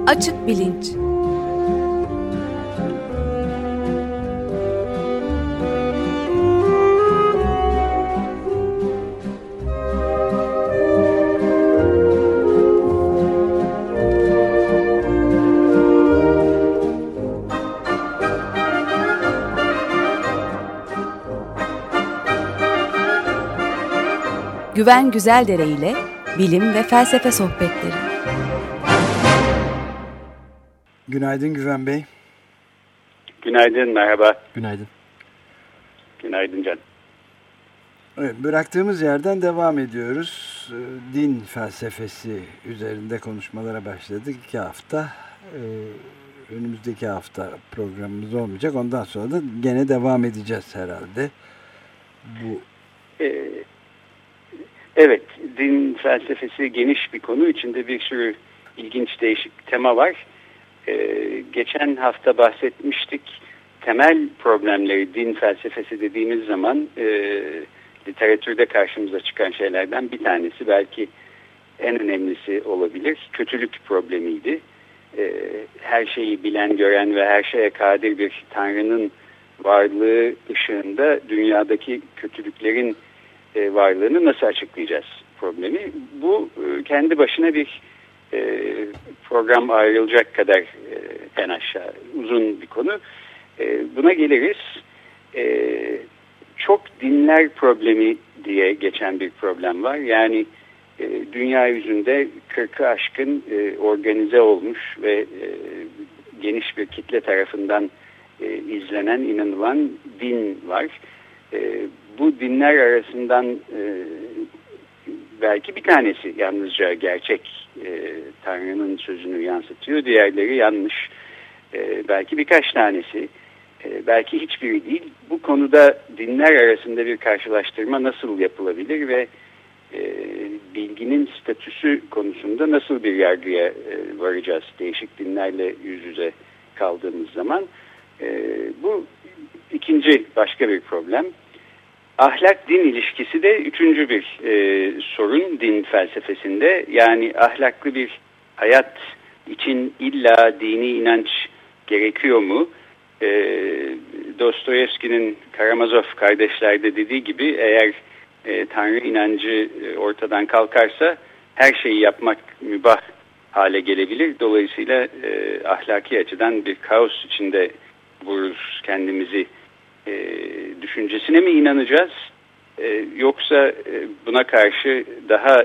Açık bilinç. Güven Güzeldere ile bilim ve felsefe sohbetleri. Günaydın Güven Bey. Günaydın, merhaba. Günaydın. Günaydın Can. Evet, bıraktığımız yerden devam ediyoruz. Din felsefesi üzerinde konuşmalara başladık 2 hafta. Önümüzdeki hafta programımız olmayacak. Ondan sonra da gene devam edeceğiz herhalde. Evet, din felsefesi geniş bir konu. İçinde bir sürü ilginç değişik tema var. Geçen hafta bahsetmiştik. Temel problemleri din felsefesi dediğimiz zaman literatürde karşımıza çıkan şeylerden bir tanesi, belki en önemlisi olabilir, kötülük problemiydi. Her şeyi bilen, gören ve her şeye kadir bir Tanrı'nın varlığı ışığında dünyadaki kötülüklerin varlığını nasıl açıklayacağız problemi. Bu kendi başına bir program ayrılacak kadar en aşağı uzun bir konu. Buna geliriz. Çok dinler problemi diye geçen bir problem var. Yani dünya yüzünde 40'ı aşkın organize olmuş ve geniş bir kitle tarafından izlenen, inanılan din var. Bu dinler arasından belki bir tanesi yalnızca gerçek Tanrı'nın sözünü yansıtıyor. Diğerleri yanlış. Belki birkaç tanesi. Belki hiçbiri değil. Bu konuda dinler arasında bir karşılaştırma nasıl yapılabilir ve bilginin statüsü konusunda nasıl bir yargıya varacağız değişik dinlerle yüz yüze kaldığımız zaman? Bu ikinci başka bir problem. Ahlak-din ilişkisi de üçüncü bir sorun din felsefesinde. Yani ahlaklı bir hayat için illa dini inanç gerekiyor mu? Dostoyevski'nin Karamazov kardeşlerde dediği gibi, eğer Tanrı inancı ortadan kalkarsa her şeyi yapmak mübah hale gelebilir. Dolayısıyla ahlaki açıdan bir kaos içinde vururuz kendimizi düşüncesine mi inanacağız? Yoksa buna karşı daha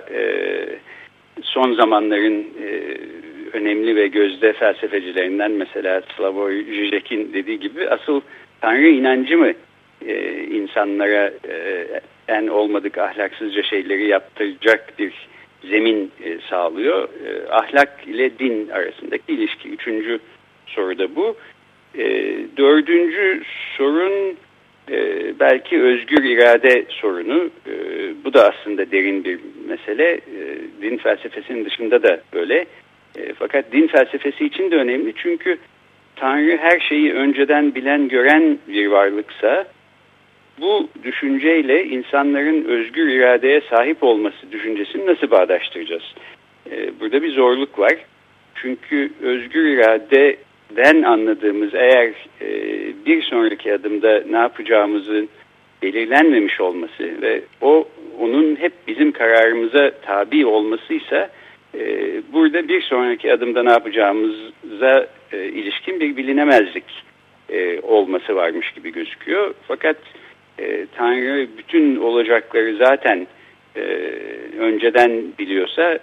son zamanların önemli ve gözde felsefecilerinden, mesela Slavoj Žižek'in dediği gibi, asıl Tanrı inancı mı insanlara en olmadık ahlaksızca şeyleri yaptıracak bir zemin sağlıyor? Ahlak ile din arasındaki ilişki. Üçüncü soru da bu. Dördüncü sorun belki özgür irade sorunu. Bu da aslında derin bir mesele. Din felsefesinin dışında da böyle. Fakat din felsefesi için de önemli, çünkü Tanrı her şeyi önceden bilen, gören bir varlıksa, bu düşünceyle insanların özgür iradeye sahip olması düşüncesini nasıl bağdaştıracağız? Burada bir zorluk var. Çünkü özgür iradeden anladığımız, eğer bir sonraki adımda ne yapacağımızın belirlenmemiş olması ve onun hep bizim kararımıza tabi olmasıysa, burada bir sonraki adımda ne yapacağımıza ilişkin bir bilinemezlik olması varmış gibi gözüküyor. Fakat Tanrı bütün olacakları zaten önceden biliyorsa,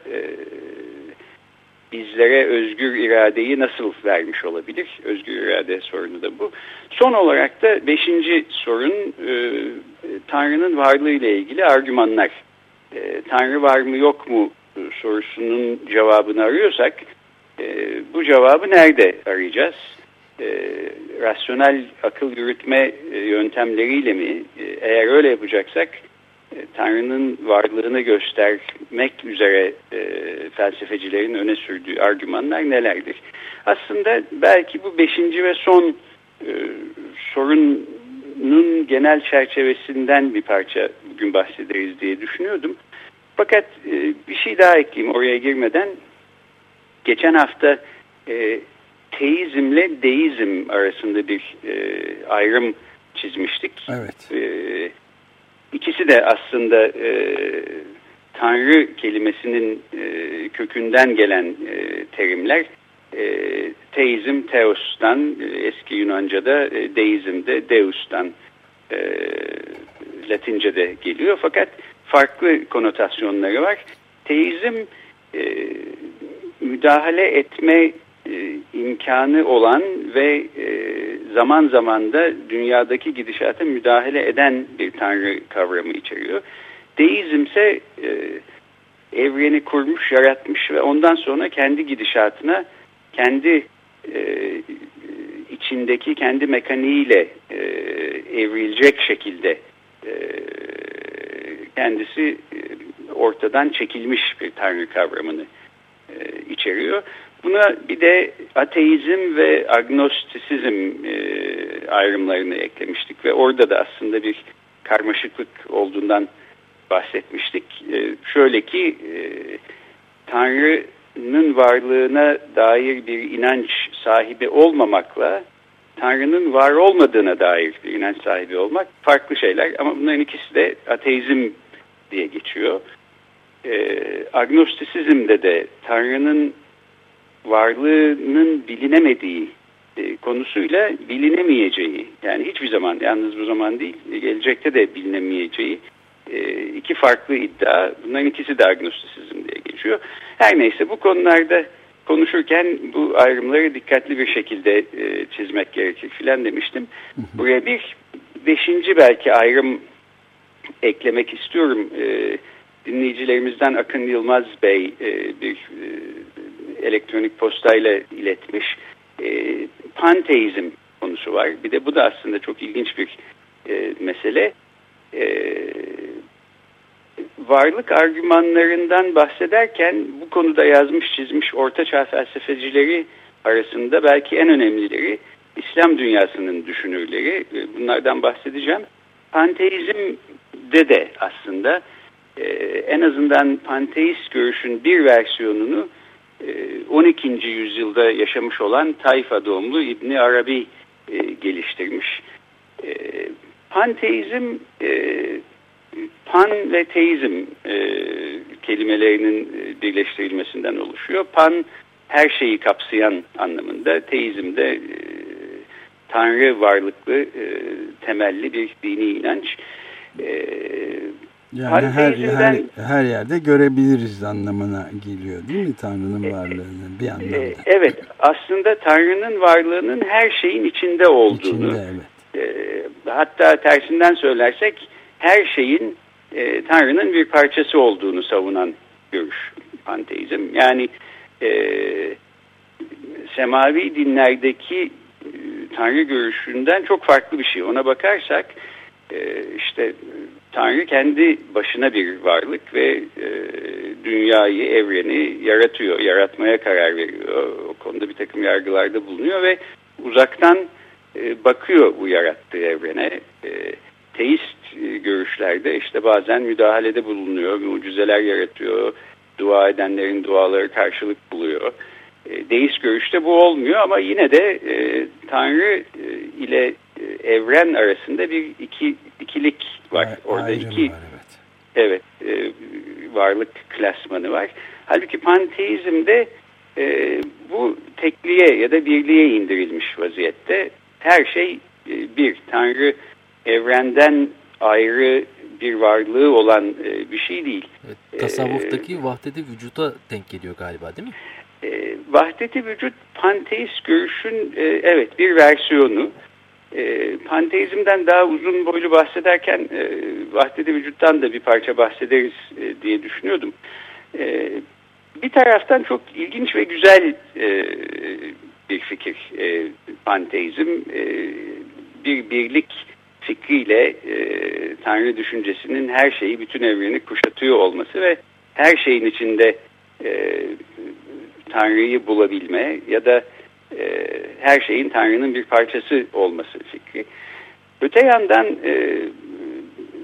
bizlere özgür iradeyi nasıl vermiş olabilir? Özgür irade sorunu da bu. Son olarak da 5. sorun Tanrı'nın varlığı ile ilgili argümanlar. Tanrı var mı yok mu sorusunun cevabını arıyorsak, bu cevabı nerede arayacağız? Rasyonel akıl yürütme yöntemleriyle mi? Eğer öyle yapacaksak, Tanrı'nın varlığını göstermek üzere felsefecilerin öne sürdüğü argümanlar nelerdir? Aslında belki bu 5. ve son sorunun genel çerçevesinden bir parça bugün bahsederiz diye düşünüyordum. Fakat bir şey daha ekleyeyim oraya girmeden. Geçen hafta teizmle deizm arasında bir ayrım çizmiştik. Evet. İkisi de aslında Tanrı kelimesinin kökünden gelen terimler. Teizm Theos'tan, eski Yunanca'da deizm de Deus'tan Latince'de geliyor. Fakat farklı konotasyonları var. Teizm müdahale etme imkanı olan ve zaman zaman da dünyadaki gidişata müdahale eden bir tanrı kavramı içeriyor. Deizm ise evreni kurmuş, yaratmış ve ondan sonra kendi gidişatına kendi içindeki kendi mekaniğiyle evrilecek şekilde kendisi ortadan çekilmiş bir tanrı kavramını içeriyor. Buna bir de ateizm ve agnostisizm ayrımlarını eklemiştik ve orada da aslında bir karmaşıklık olduğundan bahsetmiştik. Şöyle ki Tanrı'nın varlığına dair bir inanç sahibi olmamakla Tanrı'nın var olmadığına dair bir inanç sahibi olmak farklı şeyler ama bunların ikisi de ateizm diye geçiyor. Agnostisizmde de Tanrı'nın varlığının bilinemediği konusuyla bilinemeyeceği, yani hiçbir zaman, yalnız bu zaman değil, gelecekte de bilinemeyeceği iki farklı iddia. Bunların ikisi de agnostisizm diye geçiyor. Her neyse, bu konularda konuşurken bu ayrımları dikkatli bir şekilde çizmek gerekir filan demiştim. Buraya bir beşinci belki ayrım eklemek istiyorum. Dinleyicilerimizden Akın Yılmaz Bey bir elektronik postayla iletmiş. Panteizm konusu var. Bir de bu da aslında çok ilginç bir mesele. Varlık argümanlarından bahsederken bu konuda yazmış çizmiş ortaçağ felsefecileri arasında belki en önemlileri İslam dünyasının düşünürleri. Bunlardan bahsedeceğim. Panteizmde de aslında en azından panteist görüşün bir versiyonunu 12. yüzyılda yaşamış olan Tayfa doğumlu İbni Arabi geliştirmiş. Panteizm, pan ve teizm kelimelerinin birleştirilmesinden oluşuyor. Pan her şeyi kapsayan anlamında, teizm de Tanrı varlıklı temelli bir dini inanç. Yani her yerde görebiliriz anlamına geliyor değil mi Tanrı'nın varlığını bir anlamda? Evet, aslında Tanrı'nın varlığının her şeyin içinde olduğunu, evet. Hatta tersinden söylersek her şeyin Tanrı'nın bir parçası olduğunu savunan görüş panteizm. Yani semavi dinlerdeki Tanrı görüşünden çok farklı bir şey. Ona bakarsak işte Tanrı kendi başına bir varlık ve dünyayı, evreni yaratıyor, yaratmaya karar veriyor. O konuda bir takım yargılarda bulunuyor ve uzaktan bakıyor bu yarattığı evrene. Teist görüşlerde işte bazen müdahalede bulunuyor, mucizeler yaratıyor, dua edenlerin duaları karşılık buluyor. Deist görüşte bu olmuyor ama yine de Tanrı ile evren arasında bir ikilik var. Orada iki var, evet. Varlık klasmanı var. Halbuki panteizmde bu tekliğe ya da birliğe indirilmiş vaziyette. Her şey bir. Tanrı evrenden ayrı bir varlığı olan bir şey değil. Evet, tasavvuftaki vahdet-i vücuda denk geliyor galiba, değil mi? Vahdet-i vücut panteist görüşün evet bir versiyonu. Panteizmden daha uzun boylu bahsederken vahdet-i vücuttan da bir parça bahsederiz diye düşünüyordum. Bir taraftan çok ilginç ve güzel bir fikir panteizm. Bir birlik fikriyle Tanrı düşüncesinin her şeyi, bütün evreni kuşatıyor olması ve her şeyin içinde Tanrı'yı bulabilme ya da her şeyin Tanrı'nın bir parçası olması fikri. Öte yandan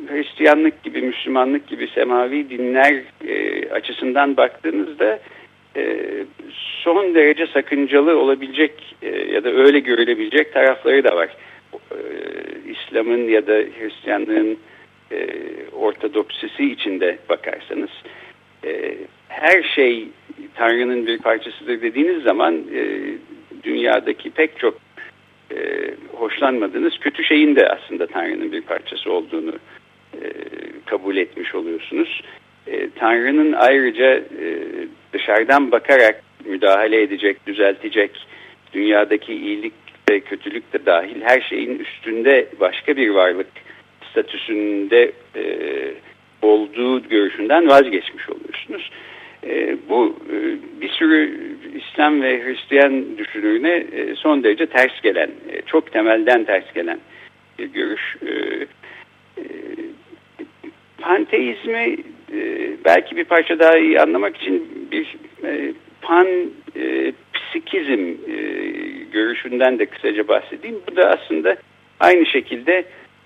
Hristiyanlık gibi, Müslümanlık gibi semavi dinler açısından baktığınızda son derece sakıncalı olabilecek ya da öyle görülebilecek tarafları da var. İslam'ın ya da Hristiyanlığın ortodoksisi içinde bakarsanız her şey Tanrı'nın bir parçasıdır dediğiniz zaman dünyadaki pek çok hoşlanmadığınız kötü şeyin de aslında Tanrı'nın bir parçası olduğunu kabul etmiş oluyorsunuz. Tanrı'nın ayrıca dışarıdan bakarak müdahale edecek, düzeltecek, dünyadaki iyilik ve kötülük de dahil her şeyin üstünde başka bir varlık statüsünde olduğu görüşünden vazgeçmiş oluyorsunuz. Bu bir sürü İslam ve Hristiyan düşünürüne son derece ters gelen, çok temelden ters gelen bir görüş. Panteizmi belki bir parça daha iyi anlamak için bir panpsikizm görüşünden de kısaca bahsedeyim. Bu da aslında aynı şekilde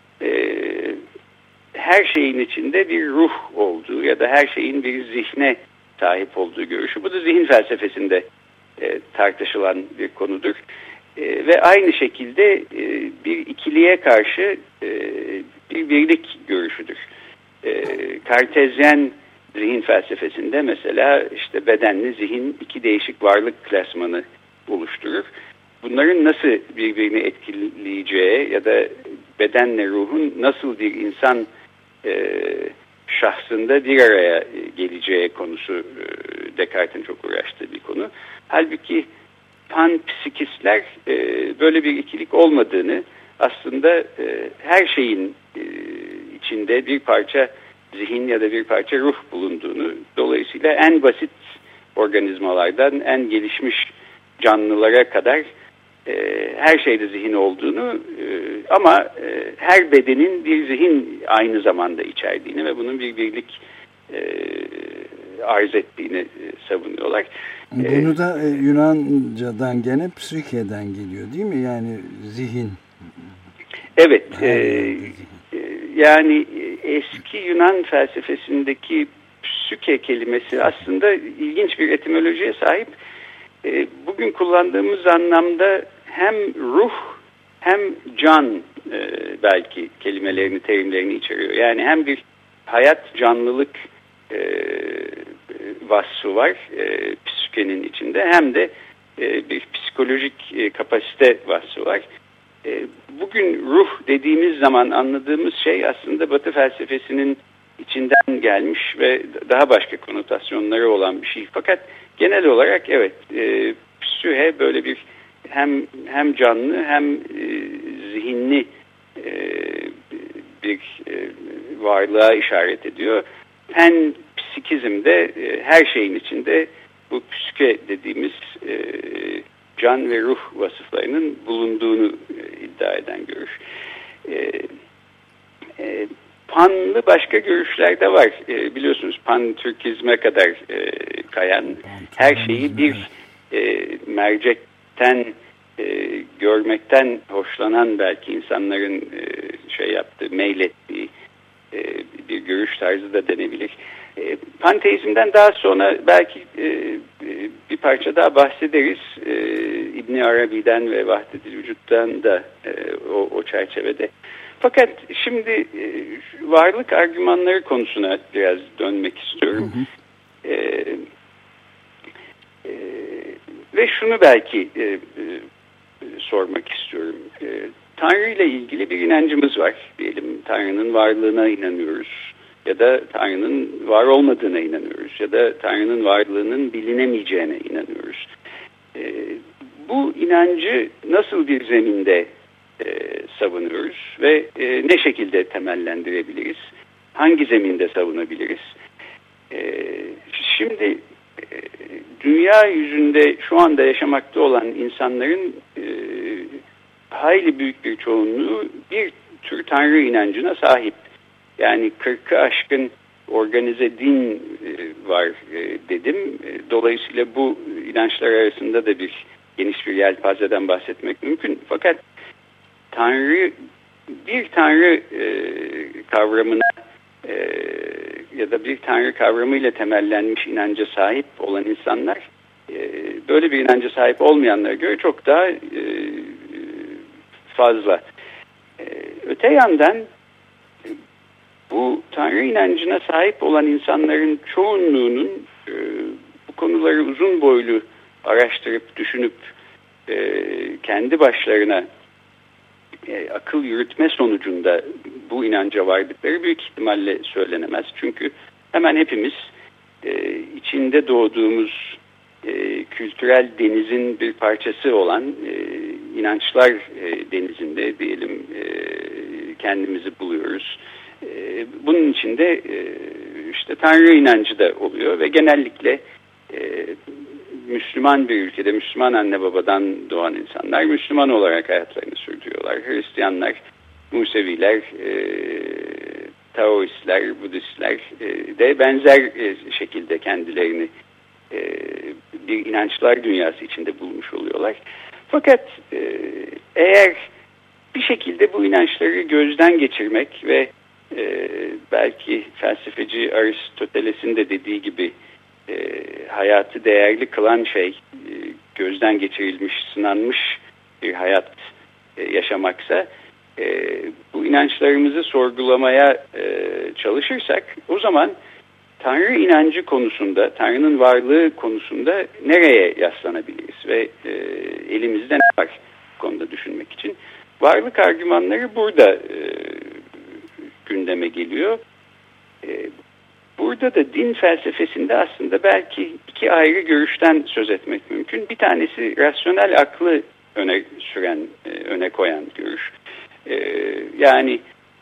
her şeyin içinde bir ruh olduğu ya da her şeyin bir zihne sahip olduğu görüşü. Bu da zihin felsefesinde tartışılan bir konudur. Ve aynı şekilde bir ikiliğe karşı bir birlik görüşüdür. Kartezyen zihin felsefesinde mesela işte bedenli zihin iki değişik varlık klasmanı oluşturur. Bunların nasıl birbirini etkileyeceği ya da bedenle ruhun nasıl bir insan şahsında bir araya geleceği konusu Descartes'in çok uğraştığı bir konu. Halbuki panpsikistler böyle bir ikilik olmadığını, aslında her şeyin içinde bir parça zihin ya da bir parça ruh bulunduğunu, dolayısıyla en basit organizmalardan en gelişmiş canlılara kadar her şeyde zihin olduğunu ama her bedenin bir zihin aynı zamanda içerdiğini ve bunun bir birlik arz ettiğini savunuyorlar. Bunu da Yunanca'dan gene psike'den geliyor değil mi? Yani zihin. Evet. Yani eski Yunan felsefesindeki psike kelimesi aslında ilginç bir etimolojiye sahip. Bugün kullandığımız anlamda hem ruh hem can belki kelimelerini, terimlerini içeriyor. Yani hem bir hayat, canlılık vasfı var psikenin içinde, hem de bir psikolojik kapasite vasfı var. Bugün ruh dediğimiz zaman anladığımız şey aslında Batı felsefesinin içinden gelmiş ve daha başka konotasyonları olan bir şey. Fakat genel olarak evet, psühe böyle bir hem canlı hem zihinli bir varlığa işaret ediyor. Panpsikizmde her şeyin içinde bu psike dediğimiz can ve ruh vasıflarının bulunduğunu iddia eden görüş. Panlı başka görüşler de var. Biliyorsunuz pan-Türkizme kadar kayan, her şeyi bir mercekten görmekten hoşlanan belki insanların meylettiği bir görüş tarzı da denebilir. Panteizmden daha sonra belki bir parça daha bahsederiz. İbn Arabi'den ve Vahdetül Vücud'dan da o çerçevede. Fakat şimdi varlık argümanları konusuna biraz dönmek istiyorum. Ve şunu belki sormak istiyorum. Tanrı ile ilgili bir inancımız var. Diyelim Tanrı'nın varlığına inanıyoruz. Ya da Tanrı'nın var olmadığına inanıyoruz. Ya da Tanrı'nın varlığının bilinemeyeceğine inanıyoruz. Bu inancı nasıl bir zeminde savunuyoruz ve ne şekilde temellendirebiliriz? Hangi zeminde savunabiliriz? Şimdi dünya yüzünde şu anda yaşamakta olan insanların hayli büyük bir çoğunluğu bir tür Tanrı inancına sahip. Yani 40'ı aşkın organize din var dedim. Dolayısıyla bu inançlar arasında da bir geniş bir yelpazeden bahsetmek mümkün. Fakat bir Tanrı kavramına ya da bir Tanrı kavramıyla temellenmiş inanca sahip olan insanlar böyle bir inanca sahip olmayanlara göre çok daha fazla. Öte yandan bu Tanrı inancına sahip olan insanların çoğunluğunun bu konuları uzun boylu araştırıp düşünüp kendi başlarına akıl yürütme sonucunda bu inanca vardıkları büyük ihtimalle söylenemez. Çünkü hemen hepimiz içinde doğduğumuz kültürel denizin bir parçası olan inançlar denizinde diyelim kendimizi buluyoruz. Bunun içinde işte Tanrı inancı da oluyor ve genellikle Müslüman bir ülkede Müslüman anne babadan doğan insanlar Müslüman olarak hayatlarını sürdürüyorlar. Hristiyanlar, Museviler, Taoistler, Budistler de benzer şekilde kendilerini bir inançlar dünyası içinde bulmuş oluyorlar. Fakat eğer bir şekilde bu inançları gözden geçirmek ve belki felsefeci Aristoteles'in de dediği gibi hayatı değerli kılan şey gözden geçirilmiş, sınanmış bir hayat yaşamaksa bu inançlarımızı sorgulamaya çalışırsak o zaman Tanrı inancı konusunda, Tanrı'nın varlığı konusunda nereye yaslanabiliriz ve elimizde ne var bu konuda düşünmek için? Varlık argümanları burada gündeme geliyor. Burada da din felsefesinde aslında belki iki ayrı görüşten söz etmek mümkün. Bir tanesi rasyonel aklı öne koyan görüş. Yani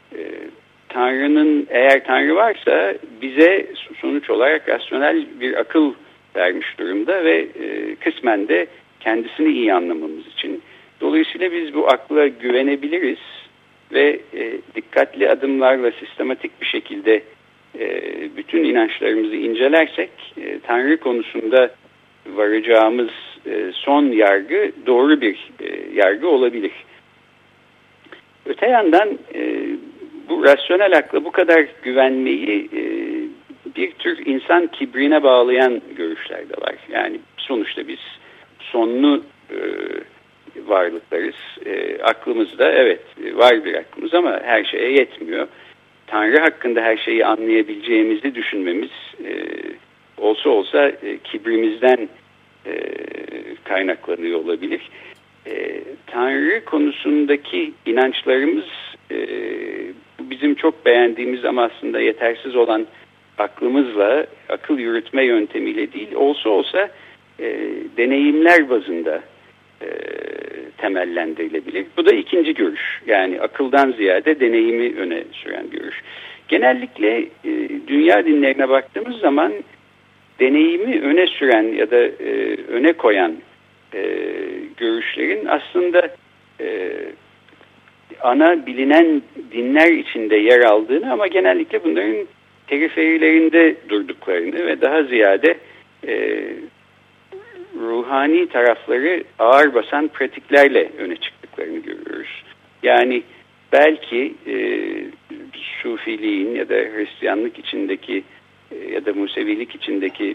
Tanrı'nın, eğer Tanrı varsa bize sonuç olarak rasyonel bir akıl vermiş durumda ve kısmen de kendisini iyi anlamamız için. Dolayısıyla biz bu akla güvenebiliriz ve dikkatli adımlarla sistematik bir şekilde bütün inançlarımızı incelersek Tanrı konusunda varacağımız son yargı doğru bir yargı olabilir. Öte yandan bu rasyonel akla bu kadar güvenmeyi bir tür insan kibrine bağlayan görüşler de var. Yani sonuçta biz sonlu varlıklarız. Aklımızda evet var bir aklımız ama her şeye yetmiyor. Tanrı hakkında her şeyi anlayabileceğimizi düşünmemiz olsa kibrimizden kaynaklanıyor olabilir. Tanrı konusundaki inançlarımız bizim çok beğendiğimiz ama aslında yetersiz olan aklımızla, akıl yürütme yöntemiyle değil, olsa deneyimler bazında temellendirilebilir. Bu da ikinci görüş. Yani akıldan ziyade deneyimi öne süren görüş. Genellikle dünya dinlerine baktığımız zaman deneyimi öne süren ya da öne koyan görüşlerin aslında ana bilinen dinler içinde yer aldığını ama genellikle bunların periferilerinde durduklarını ve daha ziyade ruhani tarafları ağır basan pratiklerle öne çıktıklarını görüyoruz. Yani belki Sufiliğin ya da Hristiyanlık içindeki ya da Musevilik içindeki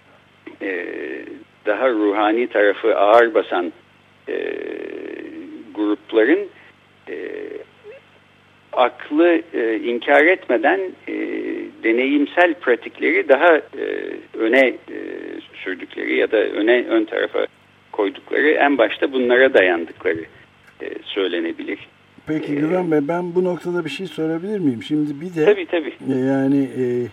daha ruhani tarafı ağır basan grupların aklı inkar etmeden deneyimsel pratikleri daha öne sürdükleri ya da ön tarafa koydukları, en başta bunlara dayandıkları söylenebilir. Peki Güven Bey, ben bu noktada bir şey sorabilir miyim? Şimdi bir de tabii. Yani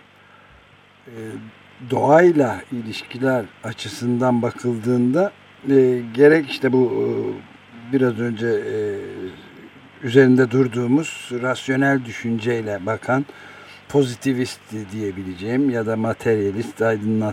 doğayla ilişkiler açısından bakıldığında gerek işte bu biraz önce üzerinde durduğumuz rasyonel düşünceyle bakan pozitivist diyebileceğim ya da materyalist,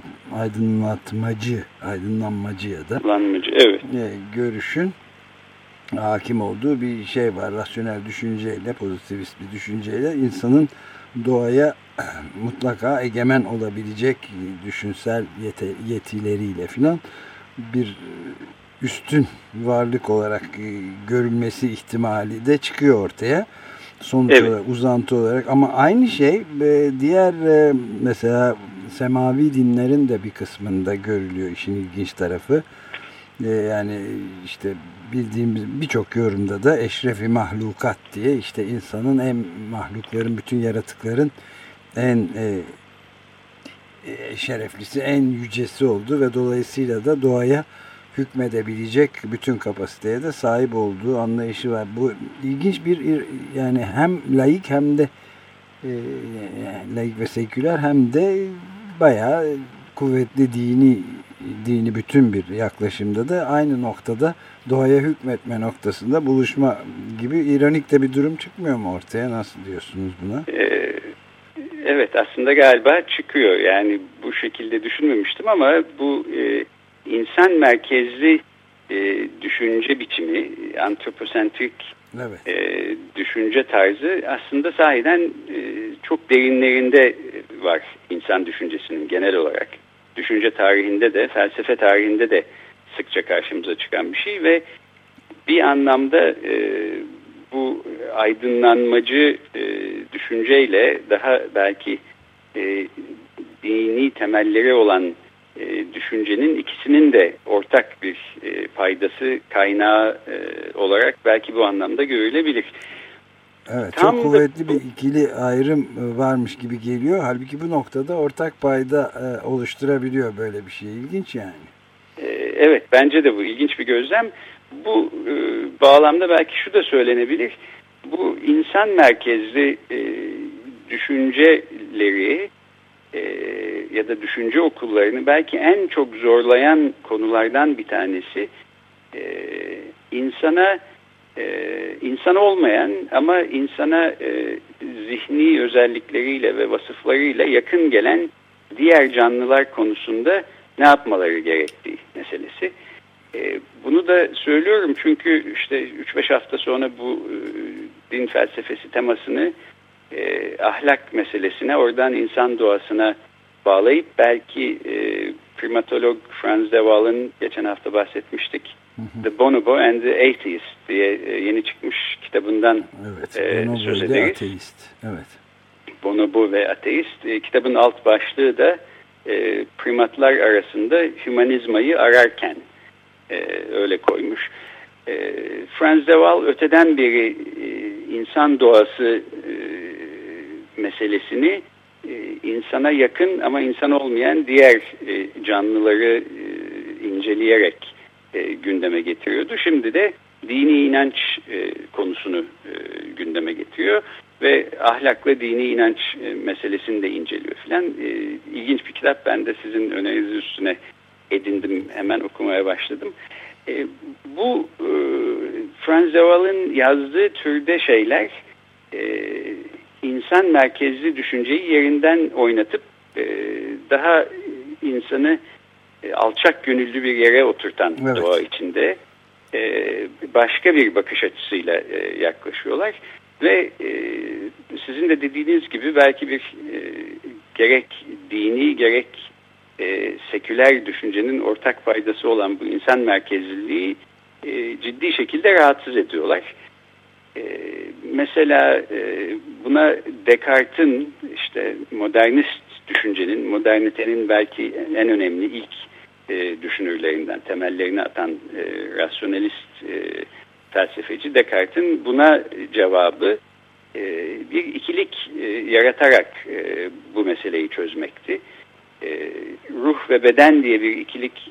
aydınlanmacı ya da evet. Görüşün hakim olduğu bir şey var. Rasyonel düşünceyle, pozitivist bir düşünceyle insanın doğaya mutlaka egemen olabilecek düşünsel yetileriyle filan bir üstün varlık olarak görülmesi ihtimali de çıkıyor ortaya. Sonuç olarak, uzantı olarak, ama aynı şey diğer mesela semavi dinlerin de bir kısmında görülüyor işin ilginç tarafı. Yani işte bildiğimiz birçok yorumda da eşrefi mahlukat diye işte insanın mahlukların, bütün yaratıkların en şereflisi, en yücesi oldu ve dolayısıyla da doğaya hükmedebilecek bütün kapasiteye de sahip olduğu anlayışı var. Bu ilginç bir, yani hem laik hem de laik ve seküler hem de bayağı kuvvetli dini bütün bir yaklaşımda da aynı noktada doğaya hükmetme noktasında buluşma gibi ironik de bir durum çıkmıyor mu ortaya? Nasıl diyorsunuz buna? Evet, aslında galiba çıkıyor. Yani bu şekilde düşünmemiştim ama bu insan merkezli düşünce biçimi, antroposentrik düşünce tarzı aslında sahiden çok derinlerinde var insan düşüncesinin genel olarak. Düşünce tarihinde de, felsefe tarihinde de sıkça karşımıza çıkan bir şey ve bir anlamda bu aydınlanmacı düşünceyle daha belki dini temelleri olan düşüncenin ikisinin de ortak bir paydası, kaynağı olarak belki bu anlamda görülebilir. Evet, çok kuvvetli bir ikili ayrım varmış gibi geliyor. Halbuki bu noktada ortak payda oluşturabiliyor böyle bir şey. İlginç yani. Evet, bence de bu ilginç bir gözlem. Bu bağlamda belki şu da söylenebilir. Bu insan merkezli düşünceleri ya da düşünce okullarını belki en çok zorlayan konulardan bir tanesi insan olmayan ama insana zihni özellikleriyle ve vasıflarıyla yakın gelen diğer canlılar konusunda ne yapmaları gerektiği meselesi. Bunu da söylüyorum çünkü işte 3-5 hafta sonra bu din felsefesi temasını ahlak meselesine, oradan insan doğasına bağlayıp belki primatolog Frans de Waal'ın geçen hafta bahsetmiştik. The Bonobo and the Atheist diye yeni çıkmış kitabından söz ederiz. Ateist. Evet. Bonobo ve Ateist. Kitabın alt başlığı da primatlar arasında hümanizmayı ararken öyle koymuş. Frans de Waal öteden beri insan doğası meselesini insana yakın ama insan olmayan diğer canlıları inceleyerek gündeme getiriyordu. Şimdi de dini inanç konusunu gündeme getiriyor ve ahlakla dini inanç meselesini de inceliyor filan. İlginç bir kitap. Ben de sizin öneriniz üstüne edindim. Hemen okumaya başladım. Bu Frans de Waal'ın yazdığı türde şeyler insan merkezli düşünceyi yerinden oynatıp daha insanı alçak gönüllü bir yere oturtan doğa içinde başka bir bakış açısıyla yaklaşıyorlar ve sizin de dediğiniz gibi belki bir gerek dini gerek seküler düşüncenin ortak faydası olan bu insan merkezliliği ciddi şekilde rahatsız ediyorlar. Mesela buna Descartes'in işte modernist düşüncenin, modernitenin belki en önemli ilk düşünürlerinden, temellerini atan rasyonalist felsefeci Descartes'in buna cevabı bir ikilik yaratarak bu meseleyi çözmekti. Ruh ve beden diye bir ikilik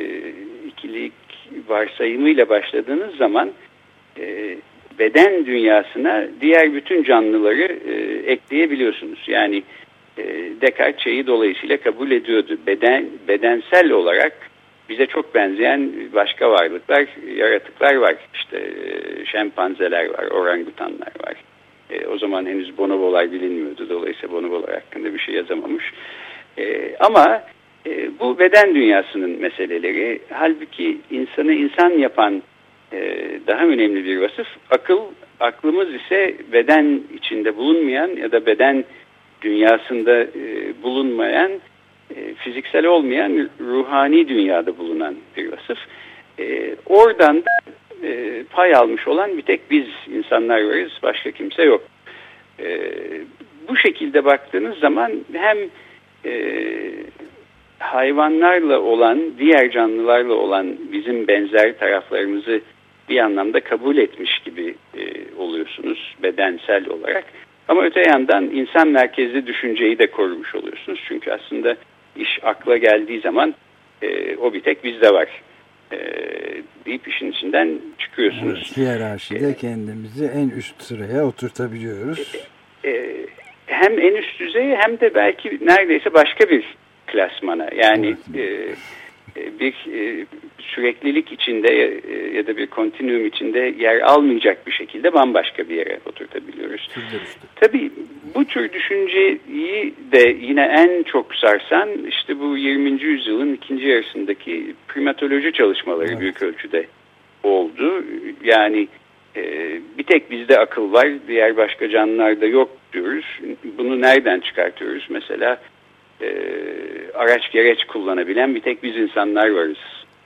varsayımıyla başladığınız zaman beden dünyasına diğer bütün canlıları ekleyebiliyorsunuz. Yani Descartes şeyi dolayısıyla kabul ediyordu. Bedensel olarak bize çok benzeyen başka varlıklar, yaratıklar var. İşte şempanzeler var, orangutanlar var. O zaman henüz bonobolar bilinmiyordu. Dolayısıyla bonobolar hakkında bir şey yazamamış. Ama bu beden dünyasının meseleleri, halbuki insanı insan yapan daha önemli bir vasıf akıl. Aklımız ise beden içinde bulunmayan ya da beden dünyasında bulunmayan, fiziksel olmayan, ruhani dünyada bulunan bir vasıf. Oradan da pay almış olan bir tek biz insanlar varız, başka kimse yok. Bu şekilde baktığınız zaman hem hayvanlarla olan, diğer canlılarla olan bizim benzer taraflarımızı bir anlamda kabul etmiş gibi oluyorsunuz bedensel olarak. Ama öte yandan insan merkezli düşünceyi de korumuş oluyorsunuz. Çünkü aslında iş akla geldiği zaman o bir tek bizde var deyip işin içinden çıkıyorsunuz. Evet, hiyerarşide kendimizi en üst sıraya oturtabiliyoruz. Hem en üst düzeye hem de belki neredeyse başka bir klasmana. Yani evet. Bir süreklilik içinde ya da bir kontinüum içinde yer almayacak bir şekilde bambaşka bir yere oturtabiliyoruz. Tabii bu tür düşünceyi de yine en çok sarsan işte bu 20. yüzyılın ikinci yarısındaki primatoloji çalışmaları evet. Büyük ölçüde oldu. Yani bir tek bizde akıl var, diğer başka canlılarda yok diyoruz. Bunu nereden çıkartıyoruz? Mesela araç gereç kullanabilen bir tek biz insanlar varız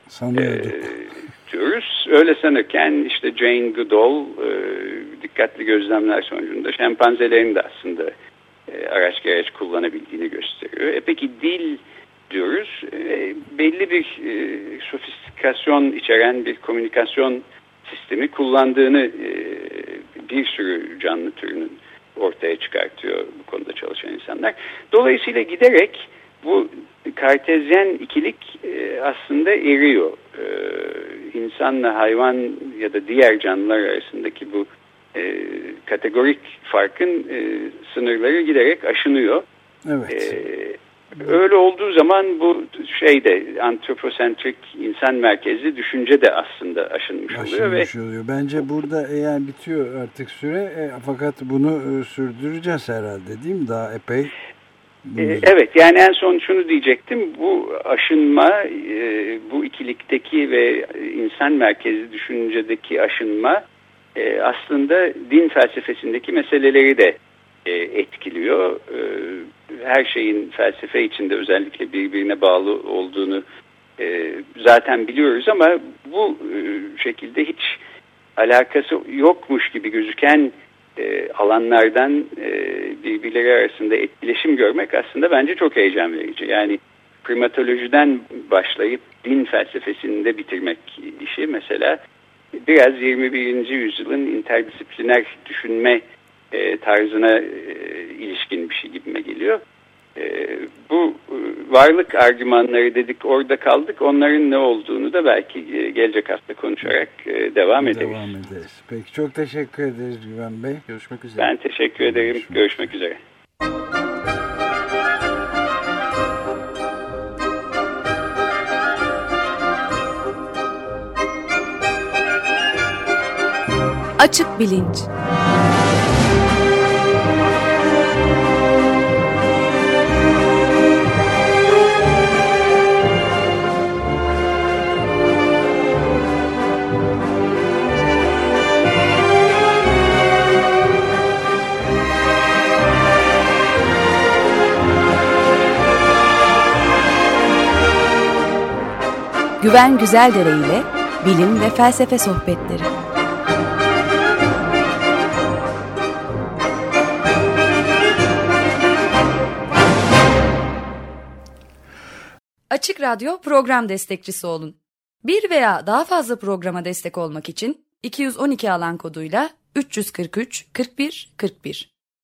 diyoruz. Öyle sanırken işte Jane Goodall dikkatli gözlemler sonucunda şempanzelerin de aslında araç gereç kullanabildiğini gösteriyor. Peki dil diyoruz. Belli bir sofistikasyon içeren bir komünikasyon sistemi kullandığını bir sürü canlı türünün ortaya çıkartıyor bu konuda çalışan insanlar. Dolayısıyla giderek bu kartezyen ikilik aslında eriyor. İnsanla hayvan ya da diğer canlılar arasındaki bu kategorik farkın sınırları giderek aşınıyor. Evet. Öyle olduğu zaman bu antroposentrik insan merkezli düşünce de aslında aşınmış oluyor. Bence burada eğer bitiyor artık süre fakat bunu sürdüreceğiz herhalde değil mi? Daha epey. Evet yani en son şunu diyecektim. Bu aşınma, bu ikilikteki ve insan merkezli düşüncedeki aşınma aslında din felsefesindeki meseleleri de etkiliyor. Her şeyin felsefe içinde özellikle birbirine bağlı olduğunu zaten biliyoruz ama bu şekilde hiç alakası yokmuş gibi gözüken alanlardan birbirleri arasında etkileşim görmek aslında bence çok heyecan verici. Yani primatolojiden başlayıp din felsefesinde bitirmek işi mesela biraz 21. yüzyılın interdisipliner düşünme tarzına ilişkin bir şey gibime geliyor. Bu varlık argümanları dedik orada kaldık. Onların ne olduğunu da belki gelecek hafta konuşarak devam ederiz. Peki çok teşekkür ederiz Güven Bey. Görüşmek üzere. Ben teşekkür ederim. Görüşmek üzere. Açık Bilinç. Güven Güzeldere ile bilim ve felsefe sohbetleri. Açık Radyo program destekçisi olun. Bir veya daha fazla programa destek olmak için 212 alan koduyla 343 41 41